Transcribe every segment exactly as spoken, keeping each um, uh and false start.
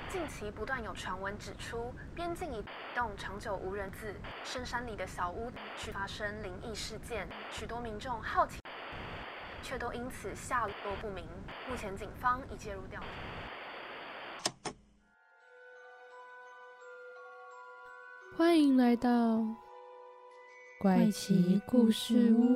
近期不断有传闻指出，边境一栋长久无人自深山里的小屋去发生灵异事件，许多民众好奇，却都因此下落不明。目前警方已介入调查。 欢迎来到怪奇故事屋。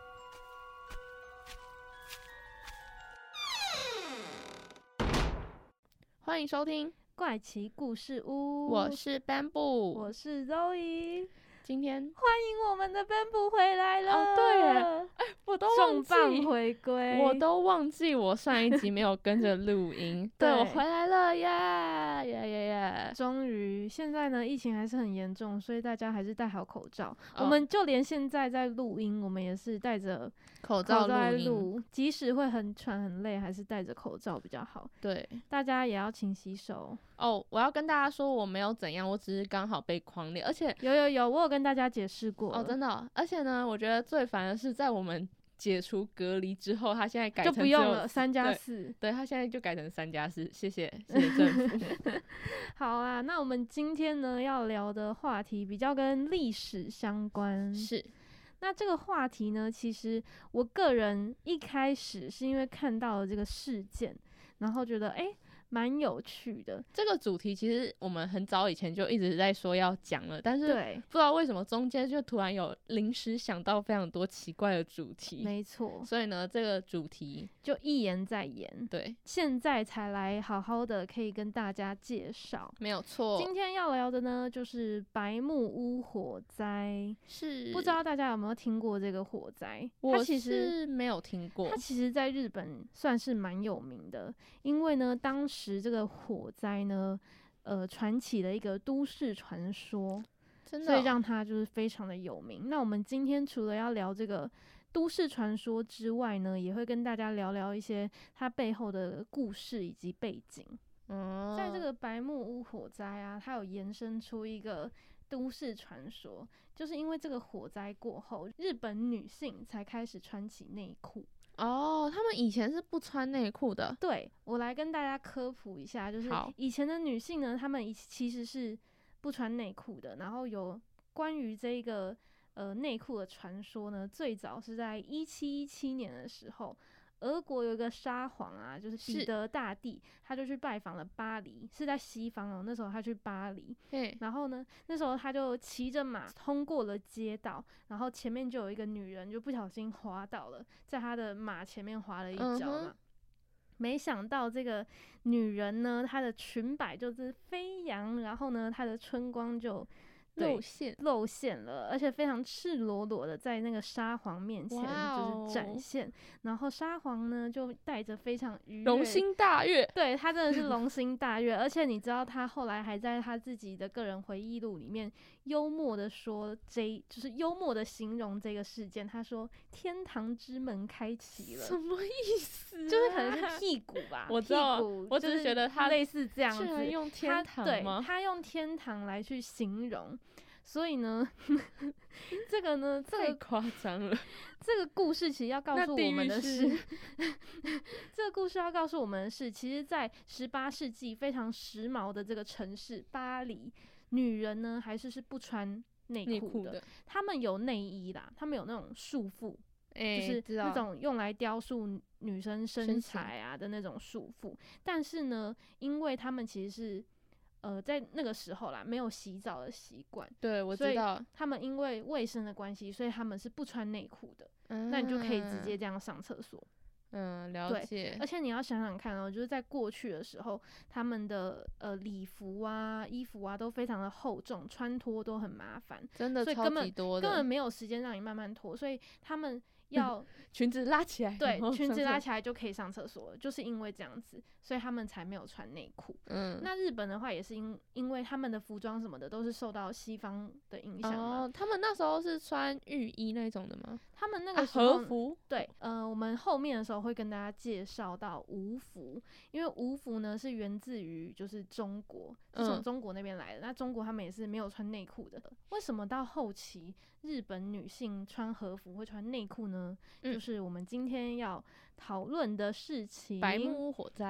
欢迎收听怪奇故事屋， 我是 Bamboo， 我是 Zoe。 今天欢迎我们的 Bamboo 回来了。 哦，对耶，哎，我都忘记重磅回归， 我都忘记我上一集没有跟着录音。对，我回来了，耶耶耶耶！ 终于，现在呢，疫情还是很严重，所以大家还是戴好口罩。 哦、 我们就连现在在录音，我们也是戴着口罩在录， 即使会很喘很累，还是戴着口罩比较好。 对， 大家也要勤洗手。 哦，我要跟大家说，我没有怎样，我只是刚好被匡列，而且有有有，我有跟大家解释过。 哦，真的、哦，而且呢，我觉得最烦的是在我们解除隔离之后，他现在改成就不用了三加四， 对，他现在就改成三加四，谢谢谢谢政府。 好啊，那我们今天呢要聊的话题比较跟历史相关， 是。 那这个话题呢，其实我个人一开始是因为看到了这个事件，然后觉得哎。欸蛮有趣的。 这个主题其实我们很早以前就一直在说要讲了，但是不知道为什么中间就突然有临时想到非常多奇怪的主题。 没错， 所以呢，这个主题就一言再言。 对， 现在才来好好的可以跟大家介绍。 没有错。 今天要聊的呢，就是白木屋火灾。 是， 不知道大家有没有听过这个火灾？ 我其实没有听过。 它其实在日本算是蛮有名的，因为呢，当时时这个火灾呢，呃，传起了一个都市传说， 真的、哦， 所以让它就是非常的有名。那我们今天除了要聊这个都市传说之外呢，也会跟大家聊聊一些它背后的故事以及背景。 嗯， 在这个白木屋火灾啊，它有延伸出一个都市传说，就是因为这个火灾过后，日本女性才开始穿起内裤。 哦，他们以前是不穿内裤的。 对，我来跟大家科普一下，就是以前的女性呢，她们其实是不穿内裤的。然后有关于这个呃内裤的传说呢，最早是在一七一七年的时候，俄国有一个沙皇啊，就是彼得大帝，他就去拜访了巴黎，是在西方哦。那时候他去巴黎，然后呢，那时候他就骑着马通过了街道，然后前面就有一个女人就不小心滑倒了，在他的马前面滑了一跤嘛。嗯，没想到这个女人呢，她的裙摆就是飞扬，然后呢，她的春光就露馅露馅了，而且非常赤裸裸的在那个沙皇面前就是展现。Wow. 然后沙皇呢就带着非常愉悦， 龙心大悦， 对，他真的是龙心大悦。而且你知道他后来还在他自己的个人回忆录里面幽默的说，这就是幽默的形容这个事件，他说天堂之门开启了。 什么意思、啊？ 就是可能是屁股吧。 我知道， 屁股我只是觉得他类似这样子， 他用天堂吗？ 对，他用天堂来去形容。所以呢，这个呢，这个太夸张了。 这个故事其实要告诉我们的是，是这个故事要告诉我们的是，其实，在十八世纪非常时髦的这个城市巴黎，女人呢还是是不穿内裤的。她们有内衣啦，她们有那种束缚。欸、就是那种用来雕塑女生身材啊的那种束缚，但是呢，因为他们其实是呃在那个时候啦，没有洗澡的习惯， 对，我知道， 他们因为卫生的关系，所以他们是不穿内裤的、嗯，那你就可以直接这样上厕所。 嗯，了解。 而且你要想想看哦，就是在过去的时候，他们的呃礼服啊、衣服啊都非常的厚重，穿脱都很麻烦， 真的超级多的， 根本没有时间让你慢慢脱，所以他们要裙子拉起来， 对，裙子拉起来就可以上厕所了，就是因为这样子，所以他们才没有穿内裤。嗯，那日本的话也是因因为他们的服装什么的都是受到西方的影响嘛。 哦，他们那时候是穿浴衣那种的吗？ 他们那个时候、 啊、和服， 对，呃，我们后面的时候会跟大家介绍到吴服，因为吴服呢是源自于就是中国，是从中国那边来的、嗯。那中国他们也是没有穿内裤的。为什么到后期日本女性穿和服会穿内裤呢、嗯？就是我们今天要讨论的事情。 白木屋火灾。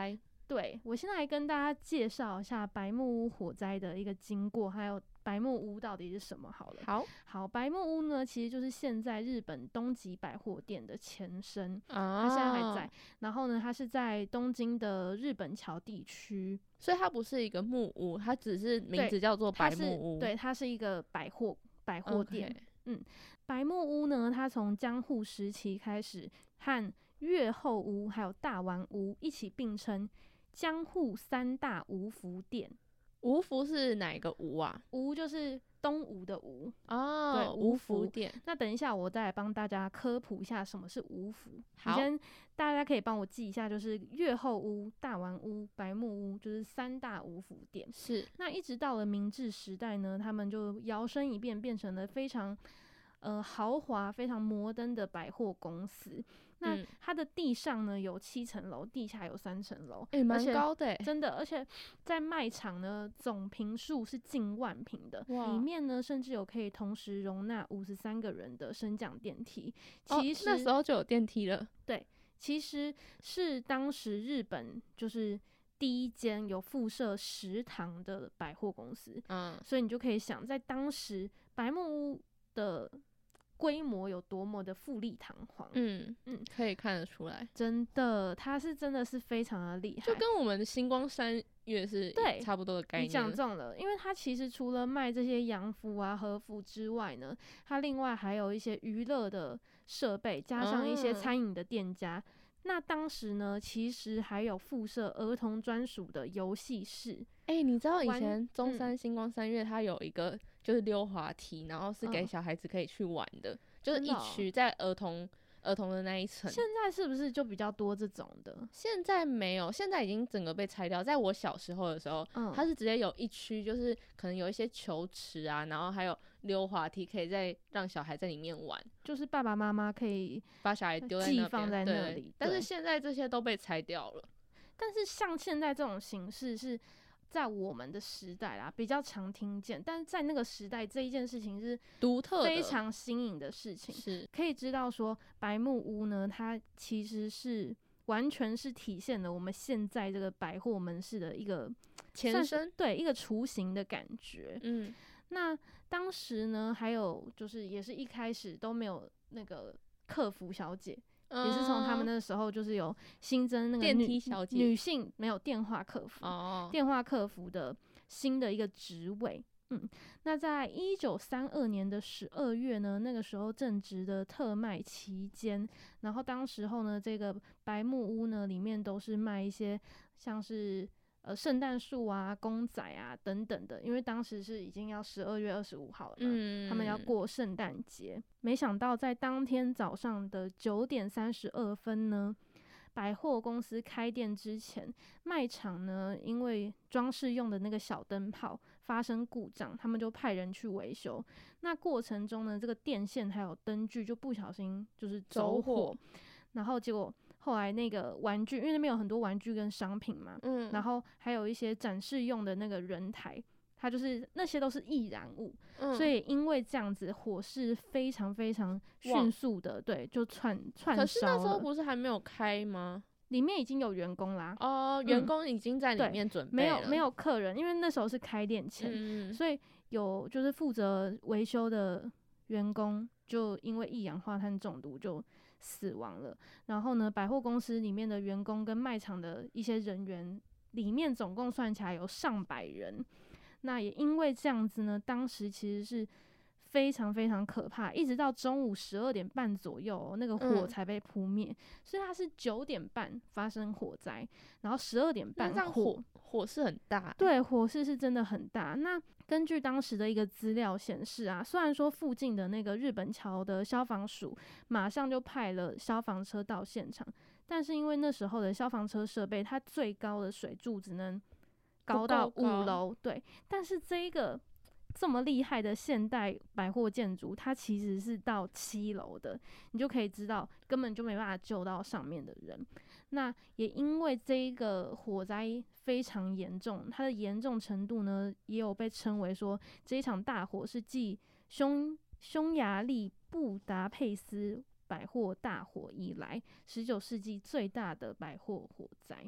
对，我现在来跟大家介绍一下白木屋火灾的一个经过，还有白木屋到底是什么好了。 好， 好，白木屋呢，其实就是现在日本东急百货店的前身， 啊， 它现在还在。然后呢，它是在东京的日本桥地区， 所以它不是一个木屋，它只是名字叫做白木屋。 对，它是一个百货百货店。Okay. 嗯，白木屋呢，它从江户时期开始和越后屋还有大丸屋一起并称江户三大无福店。 无福是哪一个无啊？ 无就是东吴的吴哦， 对，无福店。 那等一下我再来帮大家科普一下什么是无福。好，你先大家可以帮我记一下，就是越后屋、大丸屋、白木屋，就是三大无福店。 是。 那一直到了明治时代呢，他们就摇身一变，变成了非常呃豪华、非常摩登的百货公司。那它的地上呢有七层楼，地下有三层楼， 哎，蛮高的欸， 真的。而且在卖场呢，总坪数是近万坪的，里面呢甚至有可以同时容纳五十三个人的升降电梯。其实、 哦、那时候就有电梯了。 对，其实是当时日本就是第一间有附设食堂的百货公司。嗯，所以你就可以想，在当时白木屋的规模有多么的富丽堂皇。 嗯嗯，可以看得出来， 真的，它是真的是非常的厉害， 就跟我们的星光三月是差不多的概念。 你讲中了，因为它其实除了卖这些洋服啊和服之外呢，它另外还有一些娱乐的设备，加上一些餐饮的店家。嗯，那当时呢，其实还有附设儿童专属的游戏室。 哎、欸，你知道以前中山星光三月它有一个就是溜滑梯，嗯，然后是给小孩子可以去玩的，嗯，就是一区在儿童儿童的那一层。 现在是不是就比较多这种的？ 现在没有，现在已经整个被拆掉。在我小时候的时候，嗯，它是直接有一区，就是可能有一些球池啊，然后还有溜滑梯，可以再让小孩在里面玩。 就是爸爸妈妈可以把小孩丢在那边， 放在那里。 但是现在这些都被拆掉了。 但是像现在这种形式是在我们的时代啦比较常听见，但是在那个时代这一件事情是独特的、 非常新颖的事情。 是可以知道说白木屋呢，它其实是完全是体现了我们现在这个百货门市的一个前身， 对，一个雏形的感觉。嗯，那当时呢，还有就是也是一开始都没有那个客服小姐。也是从他们那时候就是有新增那个电梯小姐， 女性没有电话客服，哦，电话客服的新的一个职位。嗯，那在一九三二年的十二月呢，那个时候正值的特卖期间，然后当时候呢，这个白木屋呢里面都是卖一些像是呃圣诞树啊、公仔啊等等的，因为当时是已经要十二月二十五号了嘛，嗯，他们要过圣诞节。没想到在当天早上的九点三十二分呢，百货公司开店之前，卖场呢因为装饰用的那个小灯泡发生故障，他们就派人去维修。那过程中呢，这个电线还有灯具就不小心就是走火，然后结果后来那个玩具，因为那边有很多玩具跟商品嘛，嗯，然后还有一些展示用的那个人台，它就是那些都是易燃物，嗯，所以因为这样子火势非常非常迅速的，对，就串串烧了。 可是那时候不是还没有开吗？ 里面已经有员工啦， 哦，员工已经在里面准备了， 没有没有客人，因为那时候是开店前，嗯，所以有就是负责维修的员工就因为一氧化碳中毒就死亡了。然后呢，百货公司里面的员工跟卖场的一些人员里面总共算起来有上百人。那也因为这样子呢，当时其实是非常非常可怕，一直到中午十二点半左右，哦，那个火才被扑灭，嗯，所以它是九点半发生火灾，然后十二点半火火势很大， 对，火势是真的很大。那根据当时的一个资料显示啊，虽然说附近的那个日本桥的消防署马上就派了消防车到现场，但是因为那时候的消防车设备，它最高的水柱只能高到五楼，对，但是这一个这么厉害的现代百货建筑，它其实是到七楼的，你就可以知道根本就没办法救到上面的人。那也因为这一个火灾非常严重，它的严重程度呢，也有被称为说这一场大火是继匈匈牙利布达佩斯百货大火以来，十九世纪最大的百货火灾。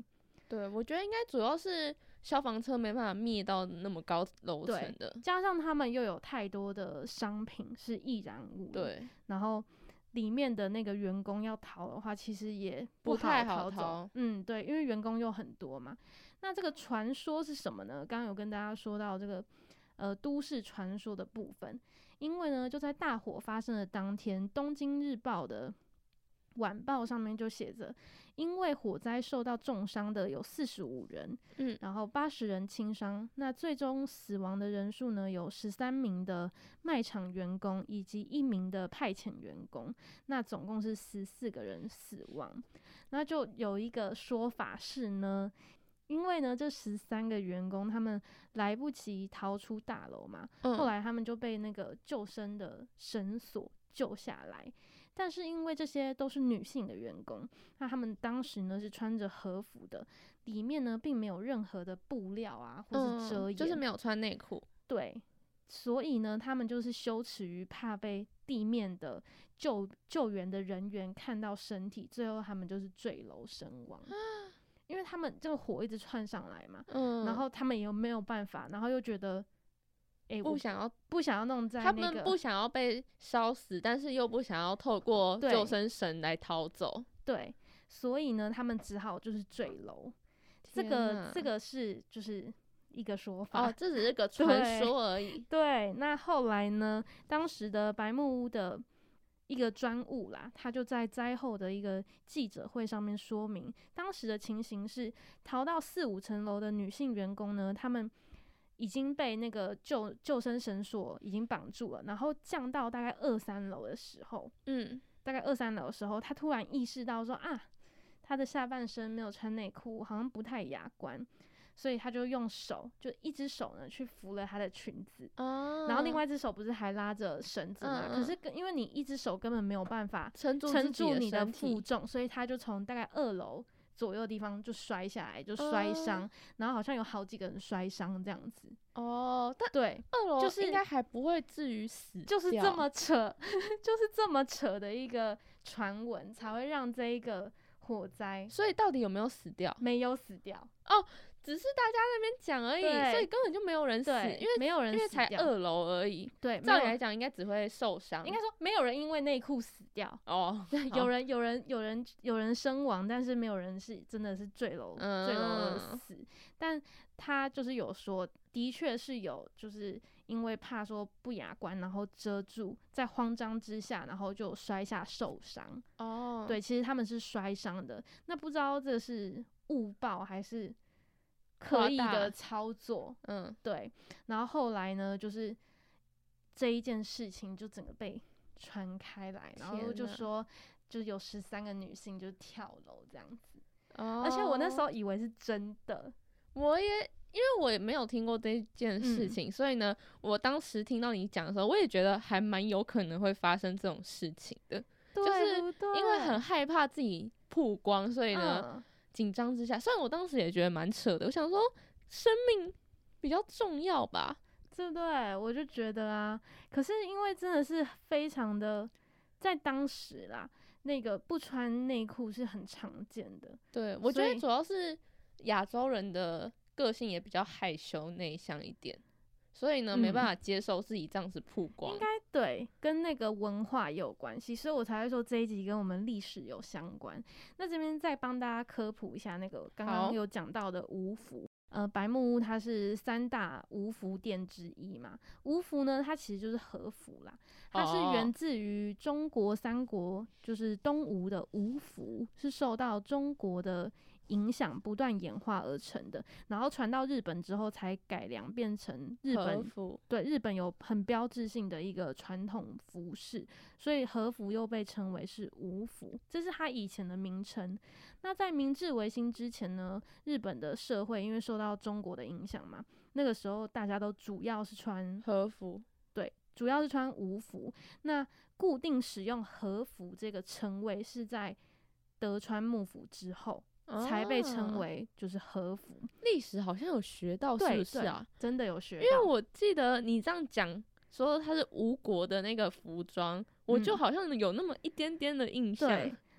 对，我觉得应该主要是消防车没办法灭到那么高楼层的， 加上他们又有太多的商品是易燃物， 对， 然后里面的那个员工要逃的话，其实也不好太好逃走。 逃嗯，对，因为员工又很多嘛。那这个传说是什么呢？刚刚有跟大家说到这个呃都市传说的部分，因为呢就在大火发生的当天，东京日报的晚报上面就写着，因为火灾受到重伤的有四十五人， 嗯， 然后八十人轻伤。那最终死亡的人数呢，有十三名的卖场员工以及一名的派遣员工，那总共是十四个人死亡。那就有一个说法是呢，因为呢这十三个员工他们来不及逃出大楼嘛， 嗯、 后来他们就被那个救生的绳索救下来。但是因为这些都是女性的员工，那他们当时呢是穿着和服的，里面呢并没有任何的布料啊或是遮掩、嗯， 就是没有穿内裤。 对，所以呢他们就是羞耻于怕被地面的救救援的人员看到身体，最后他们就是坠楼身亡。因为他们这个火一直窜上来嘛，嗯，然后他们也没有办法，然后又觉得。欸、 不想要不想要弄在、那个、他们不想要被烧死，但是又不想要透过救生绳来逃走。 对，所以呢，他们只好就是坠楼。这个这个是就是一个说法哦，这只是个传说而已。 对，对，那后来呢，当时的白木屋的一个专务啦，他就在灾后的一个记者会上面说明，当时的情形是逃到四五层楼的女性员工呢，他们已经被那个救救生绳索已经绑住了，然后降到大概二三楼的时候， 嗯， 大概二三楼的时候，他突然意识到说啊，他的下半身没有穿内裤，好像不太雅观，所以他就用手，就一只手呢去扶了他的裙子， 哦， 然后另外一只手不是还拉着绳子嘛？嗯嗯，可是因为你一只手根本没有办法撑住撑住你的负重，所以他就从大概二楼左右的地方就摔下来，就摔伤，哦，然后好像有好几个人摔伤这样子。 哦，但对， 二楼就是应该还不会至于死掉， 就是这么扯，就是这么扯的一个传闻，才会让这一个火灾。 所以到底有没有死掉？ 没有死掉哦。只是大家那边讲而已，所以根本就没有人死，因为没有人死， 因为才二楼而已。 对， 照理来讲应该只会受伤。 应该说没有人因为内裤死掉哦， 有人有人有人有人身亡，但是没有人是真的是坠楼、嗯、坠楼而死。但他就是有说，的确是有，就是因为怕说不雅观，然后遮住，在慌张之下，然后就摔下受伤。 哦， 对，其实他们是摔伤的。那不知道这是误报还是刻意的操作， 嗯， 对。然后后来呢，就是这一件事情就整个被传开来，然后就说，就有十三个女性就跳楼这样子。哦，而且我那时候以为是真的， 我也因为我也没有听过这件事情，嗯，所以呢，我当时听到你讲的时候，我也觉得还蛮有可能会发生这种事情的， 对就是因为很害怕自己曝光，所以呢。嗯，紧张之下，虽然我当时也觉得蛮扯的，我想说生命比较重要吧， 对不对？我就觉得啊，可是因为真的是非常的，在当时啦，那个不穿内裤是很常见的。 对，我觉得主要是亚洲人的个性也比较害羞内向一点，所以呢，嗯，没办法接受自己这样子曝光。 应该对，跟那个文化也有关系，所以我才会说这一集跟我们历史有相关。那这边再帮大家科普一下那个刚刚有讲到的吴服。呃，白木屋它是三大吴服店之一嘛。吴服呢，它其实就是和服啦，它是源自于中国三国，就是东吴的吴服，是受到中国的影响不断演化而成的，然后传到日本之后才改良变成日本和服。 对，日本有很标志性的一个传统服饰，所以和服又被称为是吴服，这是它以前的名称。那在明治维新之前呢，日本的社会因为受到中国的影响嘛，那个时候大家都主要是穿和服， 对，主要是穿吴服。那固定使用和服这个称谓是在德川幕府之后才被称为就是和服。 历史好像有学到，是不是啊？ 真的有学到， 因为我记得你这样讲说它是吴国的那个服装，我就好像有那么一点点的印象。 对，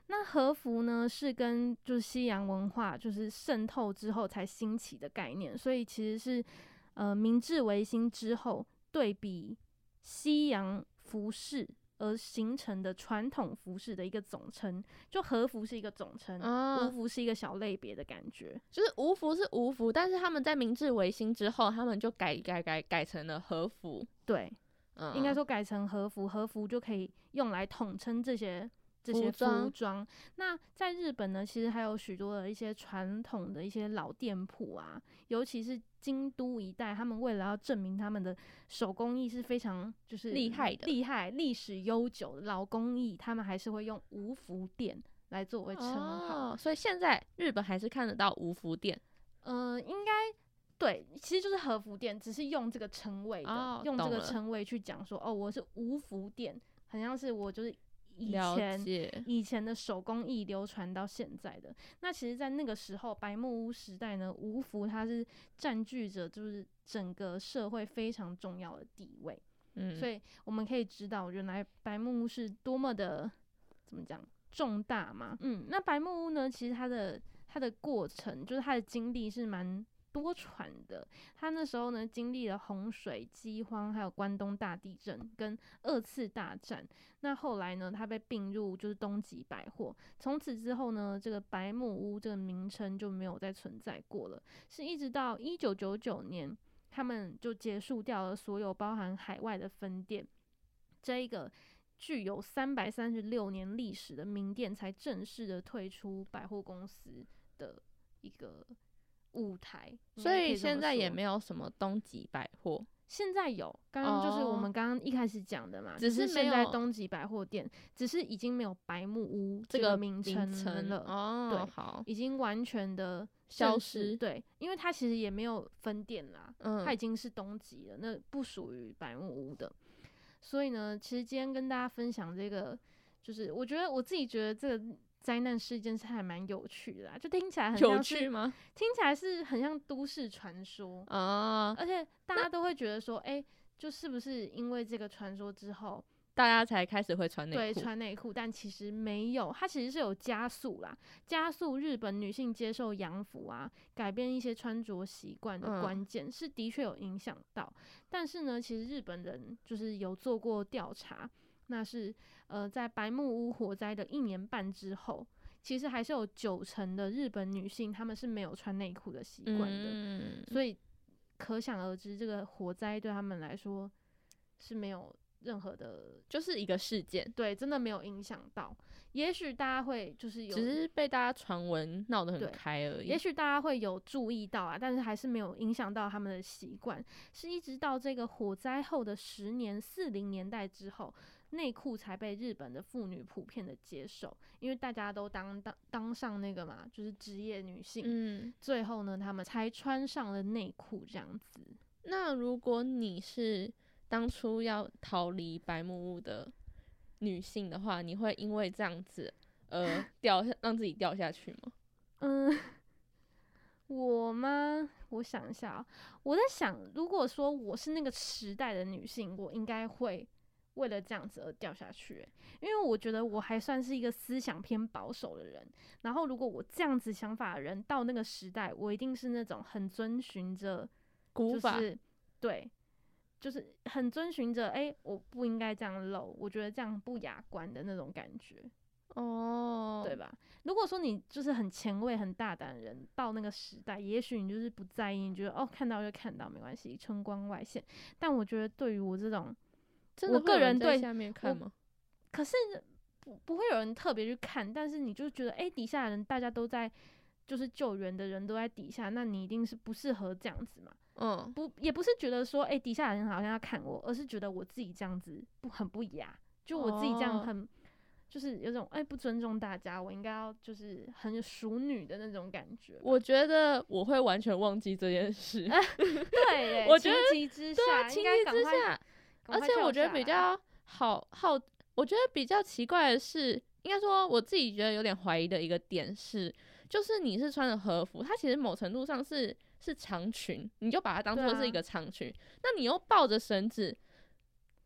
那和服呢是跟就是西洋文化就是渗透之后才兴起的概念，所以其实是呃明治维新之后对比西洋服饰而形成的传统服饰的一个总称，就和服是一个总称，哦，无服是一个小类别的感觉。 就是无服是无服，但是他们在明治维新之后，他们就改改改改成了和服。 对，嗯，应该说改成和服，和服就可以用来统称这些这些服装。那在日本呢，其实还有许多的一些传统的一些老店铺啊，尤其是京都一带，他们为了要证明他们的手工艺是非常就是厉害的、 厉害、历史悠久的老工艺，他们还是会用无服店来作为称号。 哦，所以现在日本还是看得到无服店。 呃，应该对，其实就是和服店，只是用这个称谓的，哦，用这个称谓去讲说，哦，我是无服店，好像是我就是以前以前的手工艺流传到现在的。那其实在那个时候白木屋时代呢，无服它是占据着就是整个社会非常重要的地位。嗯，所以我们可以知道原来白木屋是多么的怎么讲重大嘛。嗯，那白木屋呢，其实它的它的过程就是它的经历是蛮多舛的。他那时候呢经历了洪水、饥荒，还有关东大地震跟二次大战。那后来呢，他被并入就是东急百货。从此之后呢，这个白木屋这个名称就没有再存在过了。是一直到一九九九年，他们就结束掉了所有包含海外的分店。这一个具有三百三十六年历史的名店，才正式的退出百货公司的一个舞台。 所以现在也没有什么东急百货。 现在有，刚刚就是我们刚刚一开始讲的嘛，只是现在东急百货店只是已经没有白木屋这个名称了。 哦， 对， 好， 已经完全的消失。 对，因为它其实也没有分店啦，嗯，它已经是东急了，那不属于白木屋的。所以呢，其实今天跟大家分享这个，就是我觉得我自己觉得这个灾难事件是还蛮有趣的啦，就听起来很像是有趣吗？ 听起来是很像都市传说啊，而且大家都会觉得说，哎、欸，就是不是因为这个传说之后， 大家才开始会穿内裤？ 对，穿内裤，但其实没有，它其实是有加速啦，加速日本女性接受洋服啊，改变一些穿着习惯的关键、嗯，是的确有影响到。但是呢，其实日本人就是有做过调查。那是呃，在白木屋火灾的一年半之后，其实还是有九成的日本女性她们是没有穿内裤的习惯的、嗯，所以可想而知，这个火灾对他们来说是没有任何的， 就是一个事件， 对，真的没有影响到。也许大家会就是有， 只是被大家传闻闹得很开而已。 也许大家会有注意到啊，但是还是没有影响到他们的习惯。是一直到这个火灾后的十年四零年代之后，内裤才被日本的妇女普遍的接受，因为大家都当当当上那个嘛，就是职业女性。嗯，最后呢，他们才穿上了内裤这样子。 那如果你是当初要逃离白木屋的女性的话，你会因为这样子呃掉让自己掉下去吗？ 嗯，我吗？我想一下，我在想，如果说我是那个时代的女性，我应该会为了这样子而掉下去、欸，因为我觉得我还算是一个思想偏保守的人。然后，如果我这样子想法的人到那个时代，我一定是那种很遵循着古法，对。就是很遵循着，哎、欸，我不应该这样露，我觉得这样不雅观的那种感觉，哦，对吧？如果说你就是很前卫、很大胆的人，到那个时代，也许你就是不在意，你觉得哦，看到就看到，没关系，春光外现。但我觉得对于我这种， 真的会有人在下面看吗？ 可是不不会有人特别去看，但是你就觉得，哎、欸，底下的人大家都在，就是救援的人都在底下，那你一定是不适合这样子嘛。嗯，不，也不是觉得说，哎、欸，底下的人好像要看我，而是觉得我自己这样子不很不雅，就我自己这样很，哦、就是有种哎、欸、不尊重大家，我应该要就是很淑女的那种感觉。 我觉得我会完全忘记这件事， 啊、对耶， 我觉得情急之下， 对啊，情急之下，而且我觉得比较好好，我觉得比较奇怪的是，应该说我自己觉得有点怀疑的一个点是，就是你是穿的和服，它其实某程度上是。是长裙，你就把它当作是一个长裙、啊、那你又抱着绳子，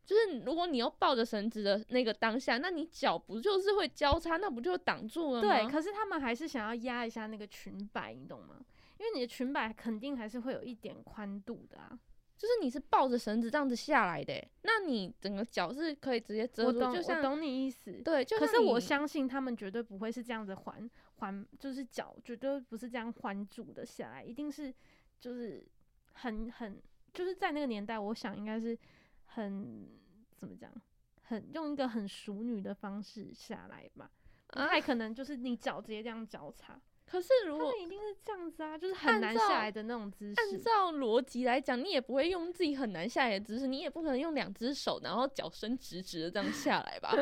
就是如果你又抱着绳子的那个当下，那你脚不就是会交叉，那不就挡住了吗？ 对，可是他们还是想要压一下那个裙摆，你懂吗？因为你的裙摆肯定还是会有一点宽度的啊。 就是你是抱着绳子这样子下来的，那你整个脚是可以直接遮住。 我懂， 就像我懂你意思。 对，就可是我相信他们绝对不会是这样子环环，就是脚绝对不是这样环住的下来，一定是就是很很就是在那个年代，我想应该是很怎么讲，很用一个很淑女的方式下来吧，不太可能就是你脚直接这样交叉。 可是如果他们一定是这样子啊，就是很难下来的那种姿势。 按照逻辑来讲，你也不会用自己很难下来的姿势，你也不可能用两只手，然后脚伸直直的这样下来吧？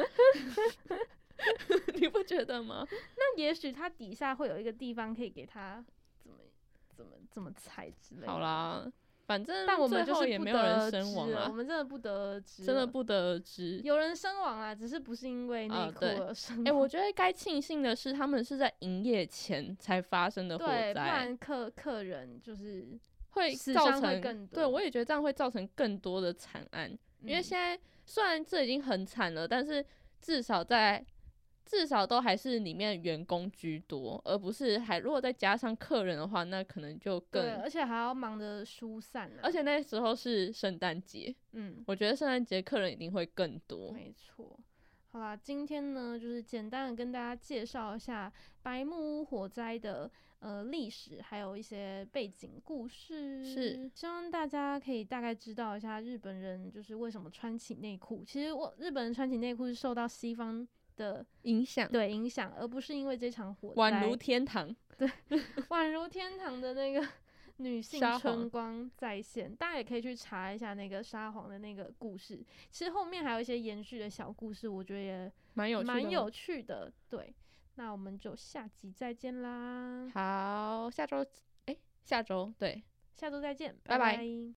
你不觉得吗？ 那也许它底下会有一个地方可以给它怎么怎么怎么踩之类的。 好啦。反正但我们最后也没有人身亡啊，我们真的不得而知， 真的不得而知。 有人身亡啦，只是不是因为内裤而身亡。 哎、呃欸，我觉得该庆幸的是，他们是在营业前才发生的火灾， 对，不然客客人就是会造成会更多。对，我也觉得这样会造成更多的惨案，嗯、因为现在虽然这已经很惨了，但是至少在。至少都还是里面员工居多，而不是还如果再加上客人的话，那可能就更对，而且还要忙得疏散、啊。 而且那时候是圣诞节，嗯，我觉得圣诞节客人一定会更多。 没错。好啦，今天呢就是简单的跟大家介绍一下白木屋火灾的呃历史，还有一些背景故事。 是， 希望大家可以大概知道一下日本人就是为什么穿起内裤。其实我日本人穿起内裤是受到西方的影响， 对影响，而不是因为这场火灾。 宛如天堂， 对，宛如天堂的那个女性春光再现，大家也可以去查一下那个沙皇的那个故事。其实后面还有一些延续的小故事，我觉得也蛮有趣的， 蛮有趣的。对，那我们就下集再见啦。 好，下周哎，下周对， 下周再见， 拜拜。 拜拜。